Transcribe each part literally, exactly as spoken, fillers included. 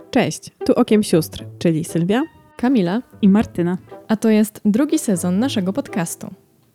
Cześć, tu Okiem Sióstr, czyli Sylwia, Kamila i Martyna. A to jest drugi sezon naszego podcastu.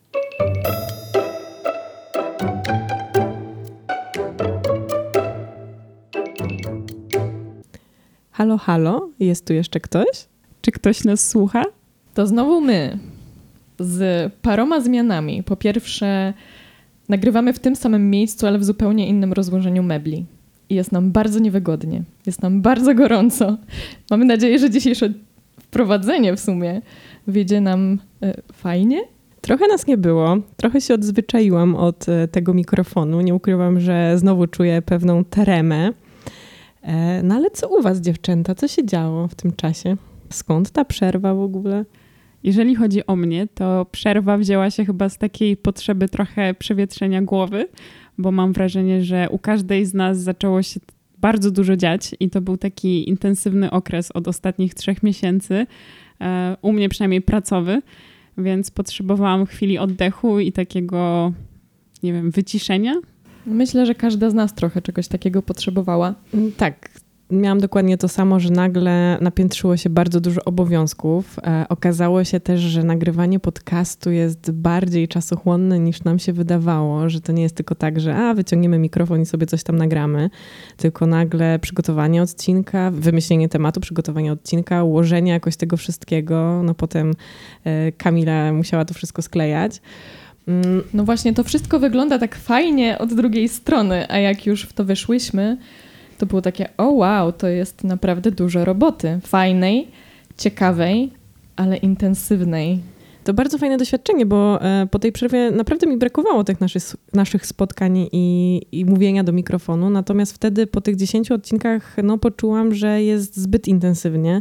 Halo, halo, jest tu jeszcze ktoś? Czy ktoś nas słucha? To znowu my, z paroma zmianami. Po pierwsze, nagrywamy w tym samym miejscu, ale w zupełnie innym rozłożeniu mebli. I jest nam bardzo niewygodnie. Jest nam bardzo gorąco. Mamy nadzieję, że dzisiejsze wprowadzenie w sumie wyjdzie nam y, fajnie. Trochę nas nie było. Trochę się odzwyczaiłam od y, tego mikrofonu. Nie ukrywam, że znowu czuję pewną tremę. E, no ale co u was, dziewczęta? Co się działo w tym czasie? Skąd ta przerwa w ogóle? Jeżeli chodzi o mnie, to przerwa wzięła się chyba z takiej potrzeby trochę przewietrzenia głowy, bo mam wrażenie, że u każdej z nas zaczęło się bardzo dużo dziać i to był taki intensywny okres od ostatnich trzech miesięcy, u mnie przynajmniej pracowy, więc potrzebowałam chwili oddechu i takiego, nie wiem, wyciszenia. Myślę, że każda z nas trochę czegoś takiego potrzebowała. Tak. Miałam dokładnie to samo, że nagle napiętrzyło się bardzo dużo obowiązków. E, okazało się też, że nagrywanie podcastu jest bardziej czasochłonne niż nam się wydawało, że to nie jest tylko tak, że a, wyciągniemy mikrofon i sobie coś tam nagramy, tylko nagle przygotowanie odcinka, wymyślenie tematu, przygotowanie odcinka, ułożenie jakoś tego wszystkiego. No potem e, Kamila musiała to wszystko sklejać. Mm. No właśnie, to wszystko wygląda tak fajnie od drugiej strony, a jak już w to weszłyśmy, to było takie, o wow, to jest naprawdę dużo roboty. Fajnej, ciekawej, ale intensywnej. To bardzo fajne doświadczenie, bo po tej przerwie naprawdę mi brakowało tych naszych, naszych spotkań i, i mówienia do mikrofonu. Natomiast wtedy po tych dziesięciu odcinkach no, poczułam, że jest zbyt intensywnie.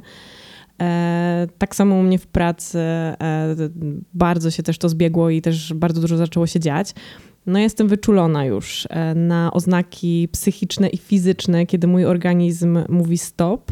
E, tak samo u mnie w pracy e, bardzo się też to zbiegło i też bardzo dużo zaczęło się dziać. No jestem wyczulona już na oznaki psychiczne i fizyczne, kiedy mój organizm mówi stop.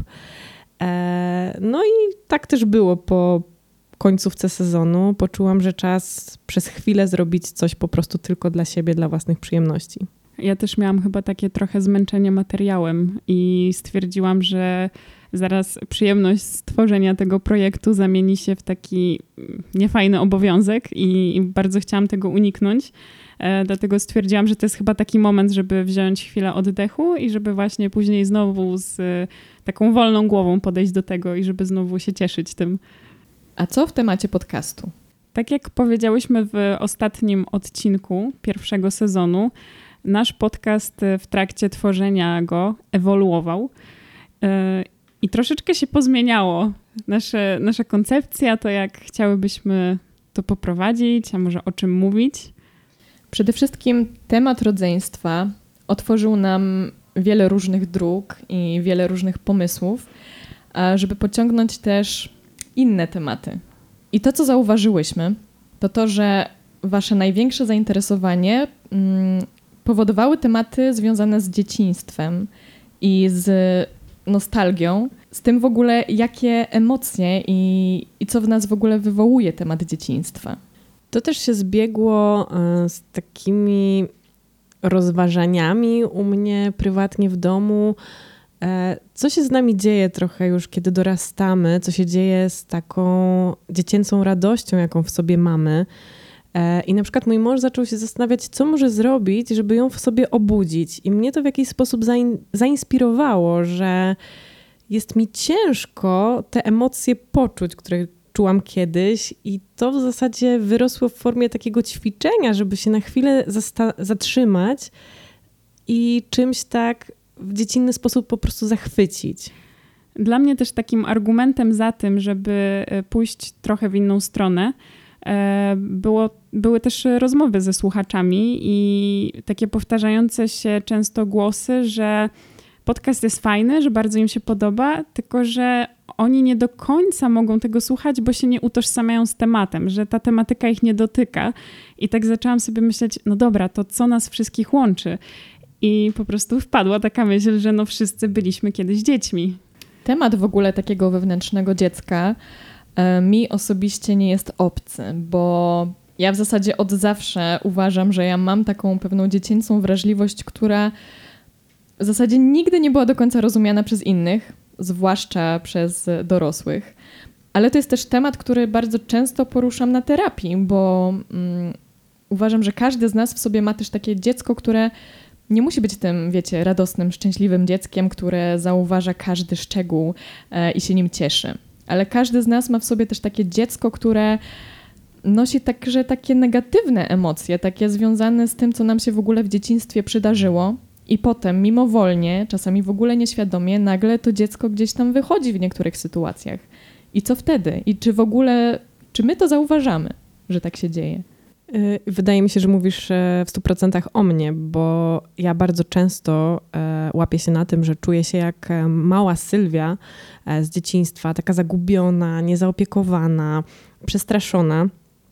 No i tak też było po końcówce sezonu. Poczułam, że czas przez chwilę zrobić coś po prostu tylko dla siebie, dla własnych przyjemności. Ja też miałam chyba takie trochę zmęczenie materiałem i stwierdziłam, że zaraz przyjemność stworzenia tego projektu zamieni się w taki niefajny obowiązek i bardzo chciałam tego uniknąć. Dlatego stwierdziłam, że to jest chyba taki moment, żeby wziąć chwilę oddechu i żeby właśnie później znowu z taką wolną głową podejść do tego i żeby znowu się cieszyć tym. A co w temacie podcastu? Tak jak powiedziałyśmy w ostatnim odcinku pierwszego sezonu, nasz podcast w trakcie tworzenia go ewoluował i troszeczkę się pozmieniało. Nasze, nasza koncepcja, to jak chciałybyśmy to poprowadzić, a może o czym mówić. Przede wszystkim temat rodzeństwa otworzył nam wiele różnych dróg i wiele różnych pomysłów, żeby pociągnąć też inne tematy. I to, co zauważyłyśmy, to to, że wasze największe zainteresowanie mm, powodowały tematy związane z dzieciństwem i z nostalgią, z tym w ogóle, jakie emocje i, i co w nas w ogóle wywołuje temat dzieciństwa. To też się zbiegło z takimi rozważaniami u mnie prywatnie w domu. Co się z nami dzieje trochę już, kiedy dorastamy, co się dzieje z taką dziecięcą radością, jaką w sobie mamy. I na przykład mój mąż zaczął się zastanawiać, co może zrobić, żeby ją w sobie obudzić. I mnie to w jakiś sposób zain- zainspirowało, że jest mi ciężko te emocje poczuć, które czułam kiedyś i to w zasadzie wyrosło w formie takiego ćwiczenia, żeby się na chwilę zasta- zatrzymać i czymś tak w dziecinny sposób po prostu zachwycić. Dla mnie też takim argumentem za tym, żeby pójść trochę w inną stronę, było, były też rozmowy ze słuchaczami i takie powtarzające się często głosy, że podcast jest fajny, że bardzo im się podoba, tylko że oni nie do końca mogą tego słuchać, bo się nie utożsamiają z tematem, że ta tematyka ich nie dotyka. I tak zaczęłam sobie myśleć, no dobra, to co nas wszystkich łączy? I po prostu wpadła taka myśl, że no wszyscy byliśmy kiedyś dziećmi. Temat w ogóle takiego wewnętrznego dziecka mi osobiście nie jest obcy, bo ja w zasadzie od zawsze uważam, że ja mam taką pewną dziecięcą wrażliwość, która w zasadzie nigdy nie była do końca rozumiana przez innych. zwłaszcza przez dorosłych. Ale to jest też temat, który bardzo często poruszam na terapii, bo um, uważam, że każdy z nas w sobie ma też takie dziecko, które nie musi być tym, wiecie, radosnym, szczęśliwym dzieckiem, które zauważa każdy szczegół e, i się nim cieszy. Ale każdy z nas ma w sobie też takie dziecko, które nosi także takie negatywne emocje, takie związane z tym, co nam się w ogóle w dzieciństwie przydarzyło i potem mimowolnie, czasami w ogóle nieświadomie, nagle to dziecko gdzieś tam wychodzi w niektórych sytuacjach. I co wtedy? I czy w ogóle, czy my to zauważamy, że tak się dzieje? Wydaje mi się, że mówisz w stu procentach o mnie, bo ja bardzo często łapię się na tym, że czuję się jak mała Sylwia z dzieciństwa, taka zagubiona, niezaopiekowana, przestraszona.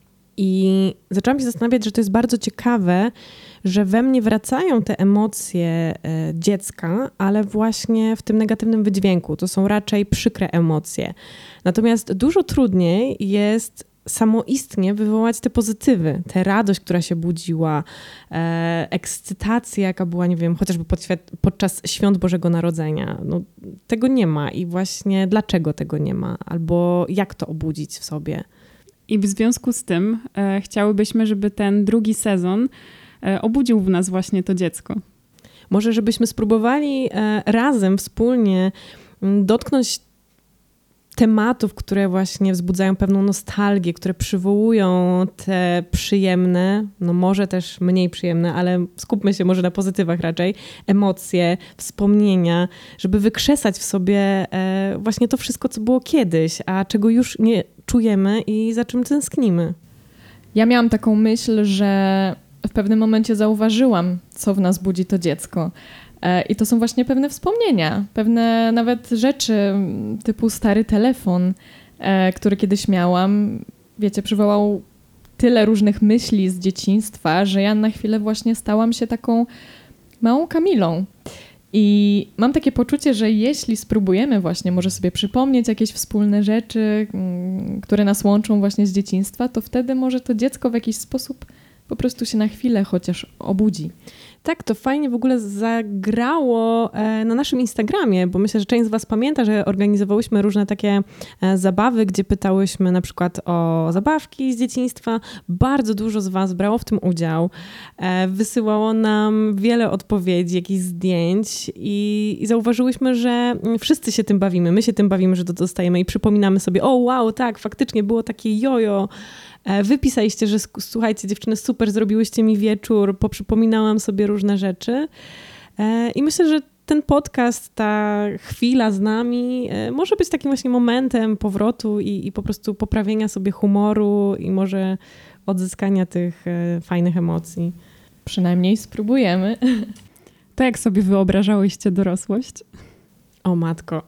I zaczęłam się zastanawiać, że to jest bardzo ciekawe, że we mnie wracają te emocje dziecka, ale właśnie w tym negatywnym wydźwięku. To są raczej przykre emocje. Natomiast dużo trudniej jest samoistnie wywołać te pozytywy, tę radość, która się budziła, e, ekscytację, jaka była, nie wiem, chociażby pod świat, podczas świąt Bożego Narodzenia. No, tego nie ma i właśnie dlaczego tego nie ma, albo jak to obudzić w sobie. I w związku z tym e, chciałybyśmy, żeby ten drugi sezon e, obudził w nas właśnie to dziecko. Może żebyśmy spróbowali e, razem, wspólnie m, dotknąć tematów, które właśnie wzbudzają pewną nostalgię, które przywołują te przyjemne, no może też mniej przyjemne, ale skupmy się może na pozytywach raczej, emocje, wspomnienia, żeby wykrzesać w sobie e, właśnie to wszystko, co było kiedyś, a czego już nie czujemy i za czym tęsknimy. Ja miałam taką myśl, że w pewnym momencie zauważyłam, co w nas budzi to dziecko. I to są właśnie pewne wspomnienia, pewne nawet rzeczy typu stary telefon, który kiedyś miałam. Wiecie, przywołał tyle różnych myśli z dzieciństwa, że ja na chwilę właśnie stałam się taką małą Kamilą. I mam takie poczucie, że jeśli spróbujemy właśnie może sobie przypomnieć jakieś wspólne rzeczy, które nas łączą właśnie z dzieciństwa, to wtedy może to dziecko w jakiś sposób po prostu się na chwilę chociaż obudzi. Tak, to fajnie w ogóle zagrało na naszym Instagramie, bo myślę, że część z was pamięta, że organizowałyśmy różne takie zabawy, gdzie pytałyśmy na przykład o zabawki z dzieciństwa. Bardzo dużo z was brało w tym udział. Wysyłało nam wiele odpowiedzi, jakichś zdjęć i, i zauważyłyśmy, że wszyscy się tym bawimy. My się tym bawimy, że to dostajemy i przypominamy sobie, o wow, tak, faktycznie było takie jojo. Wypisaliście, że słuchajcie dziewczyny, super, zrobiłyście mi wieczór, poprzypominałam sobie różne rzeczy i myślę, że ten podcast, ta chwila z nami może być takim właśnie momentem powrotu i, i po prostu poprawienia sobie humoru i może odzyskania tych fajnych emocji. Przynajmniej spróbujemy. To jak sobie wyobrażałyście dorosłość? O matko.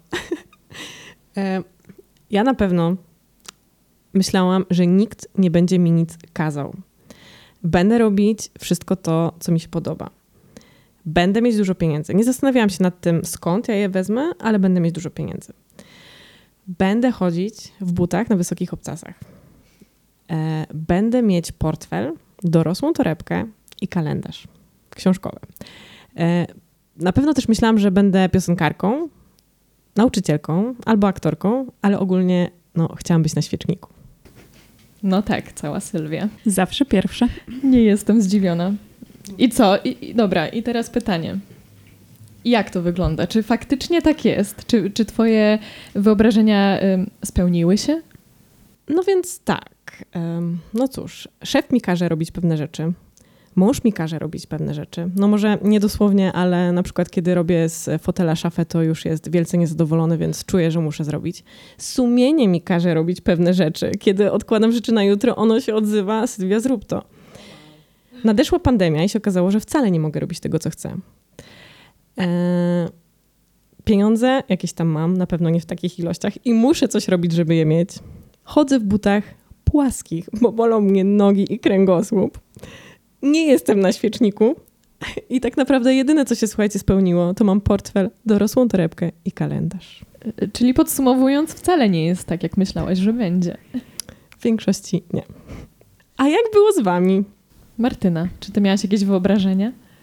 Ja na pewno myślałam, że nikt nie będzie mi nic kazał. Będę robić wszystko to, co mi się podoba. Będę mieć dużo pieniędzy. Nie zastanawiałam się nad tym, skąd ja je wezmę, ale będę mieć dużo pieniędzy. Będę chodzić w butach na wysokich obcasach. E, będę mieć portfel, dorosłą torebkę i kalendarz książkowy. E, na pewno też myślałam, że będę piosenkarką, nauczycielką albo aktorką, ale ogólnie no, chciałam być na świeczniku. No tak, cała Sylwia. Zawsze pierwsza. Nie jestem zdziwiona. I co? I, i, dobra, i teraz pytanie. Jak to wygląda? Czy faktycznie tak jest? Czy, czy twoje wyobrażenia ym, spełniły się? No więc tak. Ym, no cóż, szef mi każe robić pewne rzeczy. Mąż mi każe robić pewne rzeczy. No może nie dosłownie, ale na przykład kiedy robię z fotela szafę, to już jest wielce niezadowolony, więc czuję, że muszę zrobić. Sumienie mi każe robić pewne rzeczy. Kiedy odkładam rzeczy na jutro, ono się odzywa, Sylwia, zrób to. Nadeszła pandemia i się okazało, że wcale nie mogę robić tego, co chcę. Eee, pieniądze jakieś tam mam, na pewno nie w takich ilościach i muszę coś robić, żeby je mieć. Chodzę w butach płaskich, bo bolą mnie nogi i kręgosłup. Nie jestem na świeczniku i tak naprawdę jedyne, co się, słuchajcie, spełniło, to mam portfel, dorosłą torebkę i kalendarz. Czyli podsumowując, wcale nie jest tak, jak myślałaś, że będzie. W większości nie. A jak było z wami? Martyna, czy ty miałaś jakieś wyobrażenia?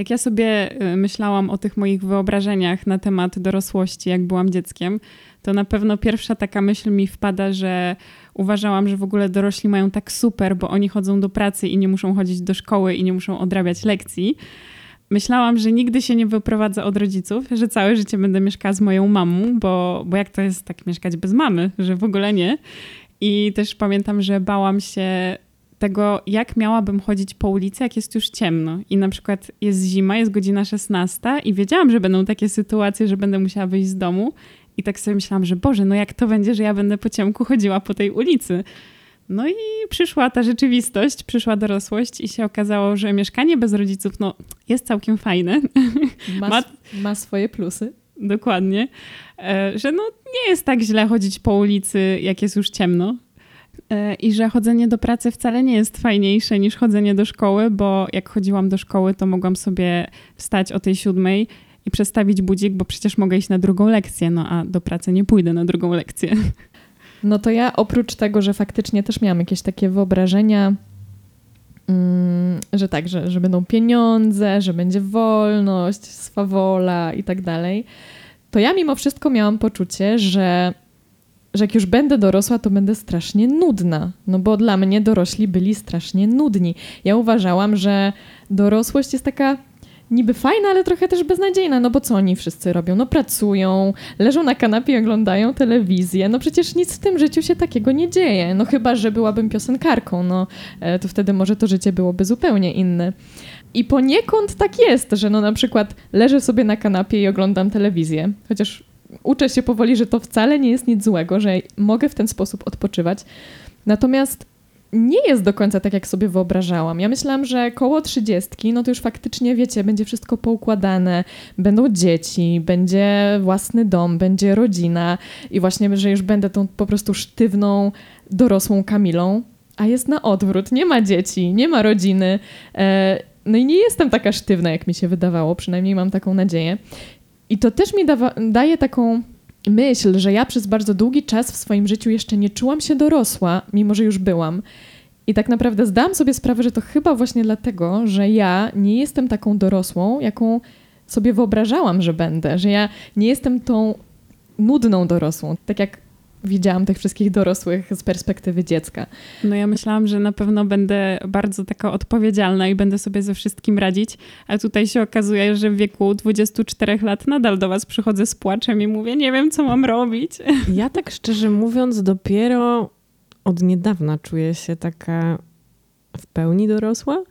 Jak ja sobie myślałam o tych moich wyobrażeniach na temat dorosłości, jak byłam dzieckiem, to na pewno pierwsza taka myśl mi wpada, że uważałam, że w ogóle dorośli mają tak super, bo oni chodzą do pracy i nie muszą chodzić do szkoły i nie muszą odrabiać lekcji. Myślałam, że nigdy się nie wyprowadzę od rodziców, że całe życie będę mieszkała z moją mamą, bo, bo jak to jest tak mieszkać bez mamy, że w ogóle nie. I też pamiętam, że bałam się tego, jak miałabym chodzić po ulicy, jak jest już ciemno. I na przykład jest zima, jest godzina szesnasta i wiedziałam, że będą takie sytuacje, że będę musiała wyjść z domu. I tak sobie myślałam, że Boże, no jak to będzie, że ja będę po ciemku chodziła po tej ulicy. No i przyszła ta rzeczywistość, przyszła dorosłość i się okazało, że mieszkanie bez rodziców no, jest całkiem fajne. Ma, ma, ma swoje plusy. Dokładnie. Że no, nie jest tak źle chodzić po ulicy, jak jest już ciemno. I że chodzenie do pracy wcale nie jest fajniejsze niż chodzenie do szkoły, bo jak chodziłam do szkoły, to mogłam sobie wstać o tej siódmej i przestawić budzik, bo przecież mogę iść na drugą lekcję, no a do pracy nie pójdę na drugą lekcję. No to ja oprócz tego, że faktycznie też miałam jakieś takie wyobrażenia, mm, że tak, że, że będą pieniądze, że będzie wolność, swawola i tak dalej, to ja mimo wszystko miałam poczucie, że, że jak już będę dorosła, to będę strasznie nudna. No bo dla mnie dorośli byli strasznie nudni. Ja uważałam, że dorosłość jest taka niby fajna, ale trochę też beznadziejna, no bo co oni wszyscy robią? No pracują, leżą na kanapie i oglądają telewizję. No przecież nic w tym życiu się takiego nie dzieje. No chyba, że byłabym piosenkarką, no to wtedy może to życie byłoby zupełnie inne. I poniekąd tak jest, że no na przykład leżę sobie na kanapie i oglądam telewizję, chociaż uczę się powoli, że to wcale nie jest nic złego, że mogę w ten sposób odpoczywać. Natomiast nie jest do końca tak, jak sobie wyobrażałam. Ja myślałam, że koło trzydziestki, no to już faktycznie, wiecie, będzie wszystko poukładane, będą dzieci, będzie własny dom, będzie rodzina i właśnie, że już będę tą po prostu sztywną, dorosłą Kamilą, a jest na odwrót. Nie ma dzieci, nie ma rodziny. No i nie jestem taka sztywna, jak mi się wydawało, przynajmniej mam taką nadzieję. I to też mi dawa- daje taką myśl, że ja przez bardzo długi czas w swoim życiu jeszcze nie czułam się dorosła, mimo że już byłam. I tak naprawdę zdałam sobie sprawę, że to chyba właśnie dlatego, że ja nie jestem taką dorosłą, jaką sobie wyobrażałam, że będę. Że ja nie jestem tą nudną dorosłą, tak jak widziałam tych wszystkich dorosłych z perspektywy dziecka. No ja myślałam, że na pewno będę bardzo taka odpowiedzialna i będę sobie ze wszystkim radzić, a tutaj się okazuje, że w wieku dwudziestu czterech lat nadal do was przychodzę z płaczem i mówię, nie wiem, co mam robić. Ja tak szczerze mówiąc dopiero od niedawna czuję się taka w pełni dorosła.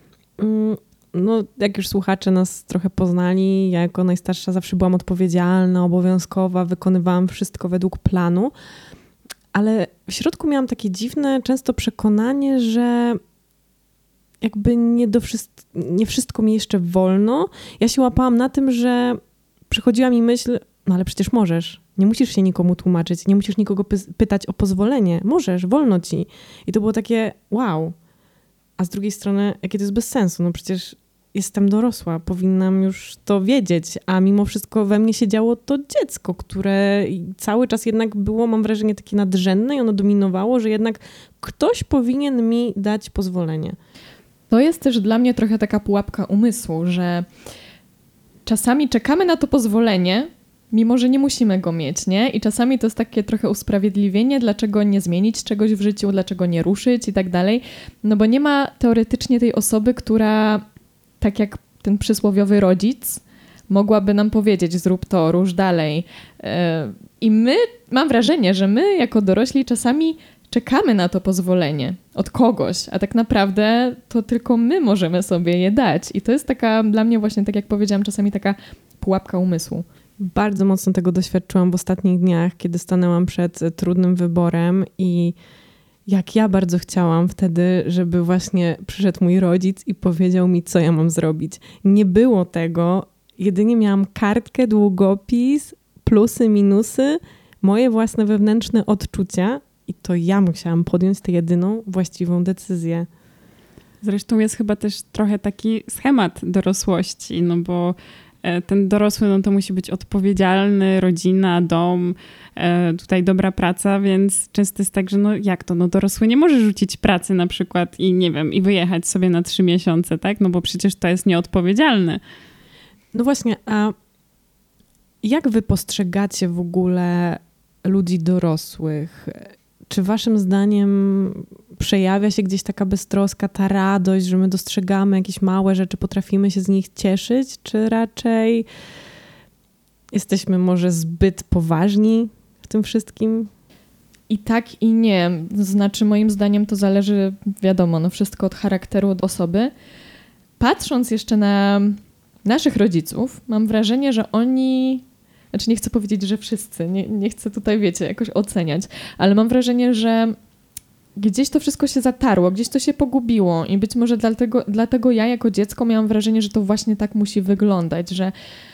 No, jak już słuchacze nas trochę poznali, ja jako najstarsza zawsze byłam odpowiedzialna, obowiązkowa, wykonywałam wszystko według planu, ale w środku miałam takie dziwne często przekonanie, że jakby nie, do wszyst- nie wszystko mi jeszcze wolno. Ja się łapałam na tym, że przychodziła mi myśl, no ale przecież możesz, nie musisz się nikomu tłumaczyć, nie musisz nikogo py- pytać o pozwolenie, możesz, wolno ci. I to było takie wow. A z drugiej strony, jakie to jest bez sensu, no przecież jestem dorosła, powinnam już to wiedzieć, a mimo wszystko we mnie się działo to dziecko, które cały czas jednak było, mam wrażenie, takie nadrzędne i ono dominowało, że jednak ktoś powinien mi dać pozwolenie. To jest też dla mnie trochę taka pułapka umysłu, że czasami czekamy na to pozwolenie, mimo że nie musimy go mieć, nie? I czasami to jest takie trochę usprawiedliwienie, dlaczego nie zmienić czegoś w życiu, dlaczego nie ruszyć i tak dalej. No bo nie ma teoretycznie tej osoby, która tak jak ten przysłowiowy rodzic mogłaby nam powiedzieć, zrób to, rusz dalej. I my, mam wrażenie, że my jako dorośli czasami czekamy na to pozwolenie od kogoś, a tak naprawdę to tylko my możemy sobie je dać. I to jest taka dla mnie właśnie, tak jak powiedziałam, czasami taka pułapka umysłu. Bardzo mocno tego doświadczyłam w ostatnich dniach, kiedy stanęłam przed trudnym wyborem i jak ja bardzo chciałam wtedy, żeby właśnie przyszedł mój rodzic i powiedział mi, co ja mam zrobić. Nie było tego, jedynie miałam kartkę, długopis, plusy, minusy, moje własne wewnętrzne odczucia i to ja musiałam podjąć tę jedyną właściwą decyzję. Zresztą jest chyba też trochę taki schemat dorosłości, no bo ten dorosły no to musi być odpowiedzialny, rodzina, dom, tutaj dobra praca, więc często jest tak, że no jak to, no dorosły nie może rzucić pracy na przykład i nie wiem, i wyjechać sobie na trzy miesiące, tak? No bo przecież to jest nieodpowiedzialne. No właśnie, a jak wy postrzegacie w ogóle ludzi dorosłych? Czy waszym zdaniem przejawia się gdzieś taka beztroska, ta radość, że my dostrzegamy jakieś małe rzeczy, potrafimy się z nich cieszyć, czy raczej jesteśmy może zbyt poważni w tym wszystkim? I tak, i nie. Znaczy, moim zdaniem to zależy, wiadomo, no wszystko od charakteru od osoby. Patrząc jeszcze na naszych rodziców, mam wrażenie, że oni... Znaczy nie chcę powiedzieć, że wszyscy, nie, nie chcę tutaj, wiecie, jakoś oceniać, ale mam wrażenie, że gdzieś to wszystko się zatarło, gdzieś to się pogubiło i być może dlatego, dlatego ja jako dziecko miałam wrażenie, że to właśnie tak musi wyglądać, że,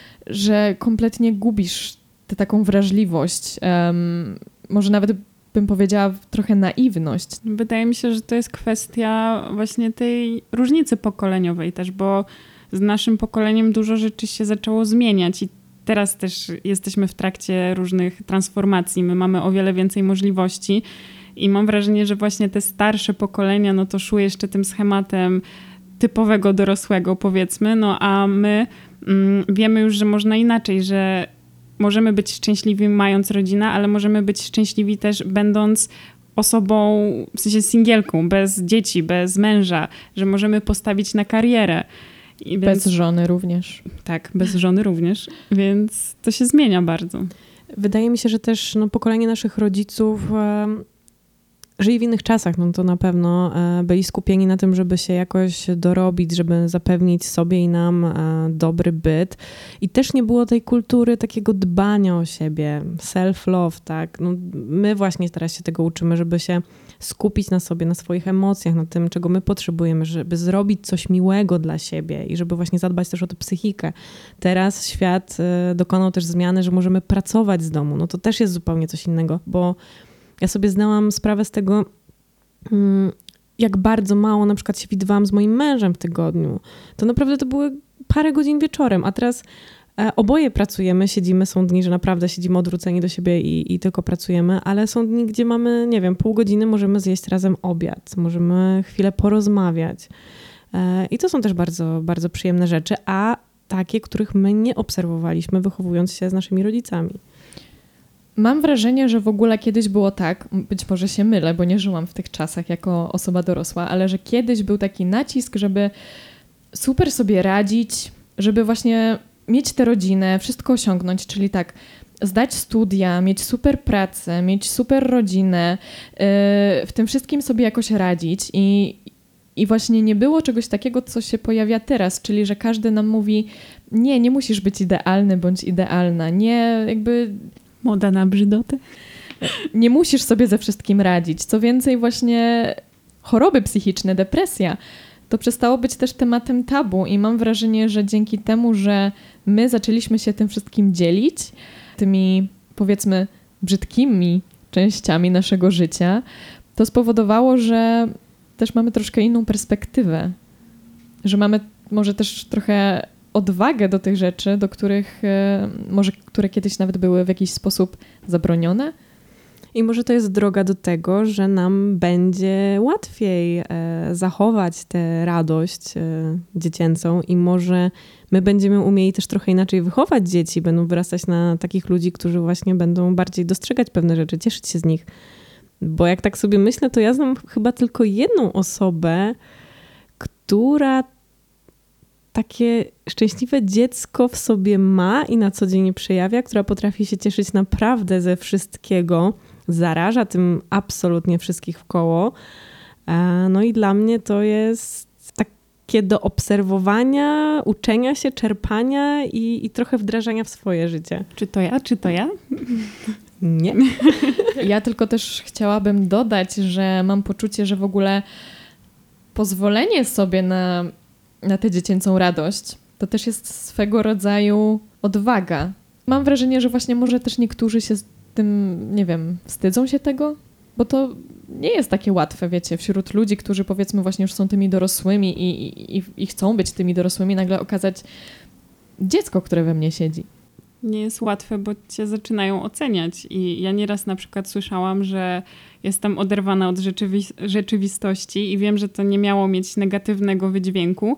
że kompletnie gubisz tę taką wrażliwość, um, może nawet bym powiedziała trochę naiwność. Wydaje mi się, że to jest kwestia właśnie tej różnicy pokoleniowej też, bo z naszym pokoleniem dużo rzeczy się zaczęło zmieniać i teraz też jesteśmy w trakcie różnych transformacji. My mamy o wiele więcej możliwości i mam wrażenie, że właśnie te starsze pokolenia no to szły jeszcze tym schematem typowego dorosłego, powiedzmy, no a my mm, wiemy już, że można inaczej, że możemy być szczęśliwi mając rodzinę, ale możemy być szczęśliwi też będąc osobą, w sensie singielką, bez dzieci, bez męża, że możemy postawić na karierę. I bez więc, żony również. Tak, bez żony również, więc to się zmienia bardzo. Wydaje mi się, że też no, pokolenie naszych rodziców e, żyje w innych czasach. No to na pewno e, byli skupieni na tym, żeby się jakoś dorobić, żeby zapewnić sobie i nam e, dobry byt. I też nie było tej kultury takiego dbania o siebie, self-love, tak? No, my właśnie teraz się tego uczymy, żeby się skupić na sobie, na swoich emocjach, na tym, czego my potrzebujemy, żeby zrobić coś miłego dla siebie i żeby właśnie zadbać też o tę psychikę. Teraz świat y, dokonał też zmiany, że możemy pracować z domu. No to też jest zupełnie coś innego, bo ja sobie zdałam sprawę z tego, y, jak bardzo mało na przykład się widywałam z moim mężem w tygodniu. To naprawdę to były parę godzin wieczorem, a teraz oboje pracujemy, siedzimy, są dni, że naprawdę siedzimy odwróceni do siebie i, i tylko pracujemy, ale są dni, gdzie mamy, nie wiem, pół godziny, możemy zjeść razem obiad, możemy chwilę porozmawiać. I to są też bardzo, bardzo przyjemne rzeczy, a takie, których my nie obserwowaliśmy, wychowując się z naszymi rodzicami. Mam wrażenie, że w ogóle kiedyś było tak, być może się mylę, bo nie żyłam w tych czasach jako osoba dorosła, ale że kiedyś był taki nacisk, żeby super sobie radzić, żeby właśnie mieć tę rodzinę, wszystko osiągnąć, czyli tak, zdać studia, mieć super pracę, mieć super rodzinę, yy, w tym wszystkim sobie jakoś radzić i, i właśnie nie było czegoś takiego, co się pojawia teraz, czyli że każdy nam mówi, nie, nie musisz być idealny bądź idealna, nie, jakby... Moda na brzydotę. Nie musisz sobie ze wszystkim radzić. Co więcej, właśnie choroby psychiczne, depresja, to przestało być też tematem tabu i mam wrażenie, że dzięki temu, że my zaczęliśmy się tym wszystkim dzielić, tymi powiedzmy brzydkimi częściami naszego życia, to spowodowało, że też mamy troszkę inną perspektywę, że mamy może też trochę odwagę do tych rzeczy, do których może, które kiedyś nawet były w jakiś sposób zabronione. I może to jest droga do tego, że nam będzie łatwiej e, zachować tę radość e, dziecięcą i może my będziemy umieli też trochę inaczej wychować dzieci, będą wyrastać na takich ludzi, którzy właśnie będą bardziej dostrzegać pewne rzeczy, cieszyć się z nich. Bo jak tak sobie myślę, to ja znam chyba tylko jedną osobę, która takie szczęśliwe dziecko w sobie ma i na co dzień przejawia, która potrafi się cieszyć naprawdę ze wszystkiego, zaraża tym absolutnie wszystkich wkoło. No i dla mnie to jest takie do obserwowania, uczenia się, czerpania i, i trochę wdrażania w swoje życie. Czy to ja, czy to ja? Nie. Ja tylko też chciałabym dodać, że mam poczucie, że w ogóle pozwolenie sobie na, na tę dziecięcą radość to też jest swego rodzaju odwaga. Mam wrażenie, że właśnie może też niektórzy się z tym, nie wiem, wstydzą się tego, bo to nie jest takie łatwe, wiecie, wśród ludzi, którzy powiedzmy właśnie już są tymi dorosłymi i, i, i chcą być tymi dorosłymi, nagle okazać dziecko, które we mnie siedzi. Nie jest łatwe, bo cię zaczynają oceniać i ja nieraz na przykład słyszałam, że jestem oderwana od rzeczywi- rzeczywistości i wiem, że to nie miało mieć negatywnego wydźwięku,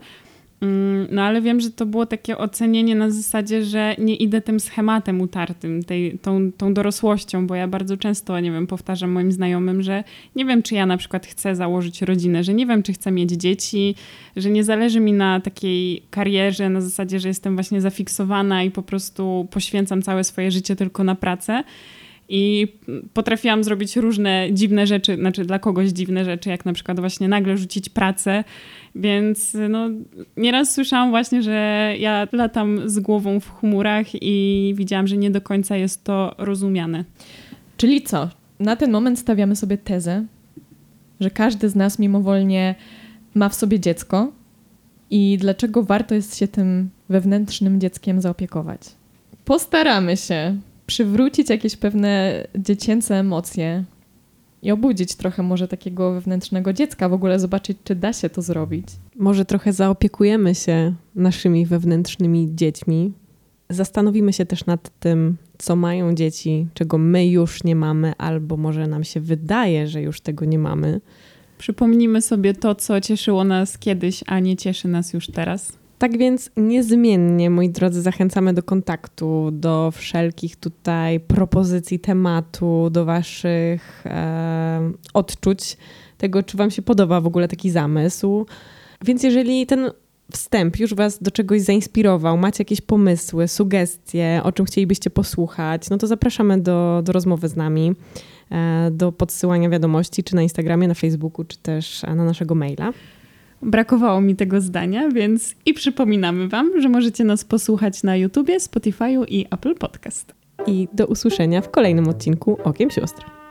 no ale wiem, że to było takie ocenienie na zasadzie, że nie idę tym schematem utartym, tej, tą, tą dorosłością, bo ja bardzo często, nie wiem, powtarzam moim znajomym, że nie wiem, czy ja na przykład chcę założyć rodzinę, że nie wiem, czy chcę mieć dzieci, że nie zależy mi na takiej karierze, na zasadzie, że jestem właśnie zafiksowana i po prostu poświęcam całe swoje życie tylko na pracę. I potrafiłam zrobić różne dziwne rzeczy, znaczy dla kogoś dziwne rzeczy, jak na przykład właśnie nagle rzucić pracę, więc no nieraz słyszałam właśnie, że ja latam z głową w chmurach i widziałam, że nie do końca jest to rozumiane. Czyli co? Na ten moment stawiamy sobie tezę, że każdy z nas mimowolnie ma w sobie dziecko i dlaczego warto jest się tym wewnętrznym dzieckiem zaopiekować. Postaramy się przywrócić jakieś pewne dziecięce emocje i obudzić trochę może takiego wewnętrznego dziecka, w ogóle zobaczyć, czy da się to zrobić. Może trochę zaopiekujemy się naszymi wewnętrznymi dziećmi. Zastanowimy się też nad tym, co mają dzieci, czego my już nie mamy, albo może nam się wydaje, że już tego nie mamy. Przypomnijmy sobie to, co cieszyło nas kiedyś, a nie cieszy nas już teraz. Tak więc niezmiennie, moi drodzy, zachęcamy do kontaktu, do wszelkich tutaj propozycji tematu, do waszych e, odczuć, tego, czy wam się podoba w ogóle taki zamysł. Więc jeżeli ten wstęp już was do czegoś zainspirował, macie jakieś pomysły, sugestie, o czym chcielibyście posłuchać, no to zapraszamy do, do rozmowy z nami, e, do podsyłania wiadomości, czy na Instagramie, na Facebooku, czy też na naszego maila. Brakowało mi tego zdania, więc i przypominamy wam, że możecie nas posłuchać na YouTubie, Spotify'u i Apple Podcast. I do usłyszenia w kolejnym odcinku Okiem Sióstr.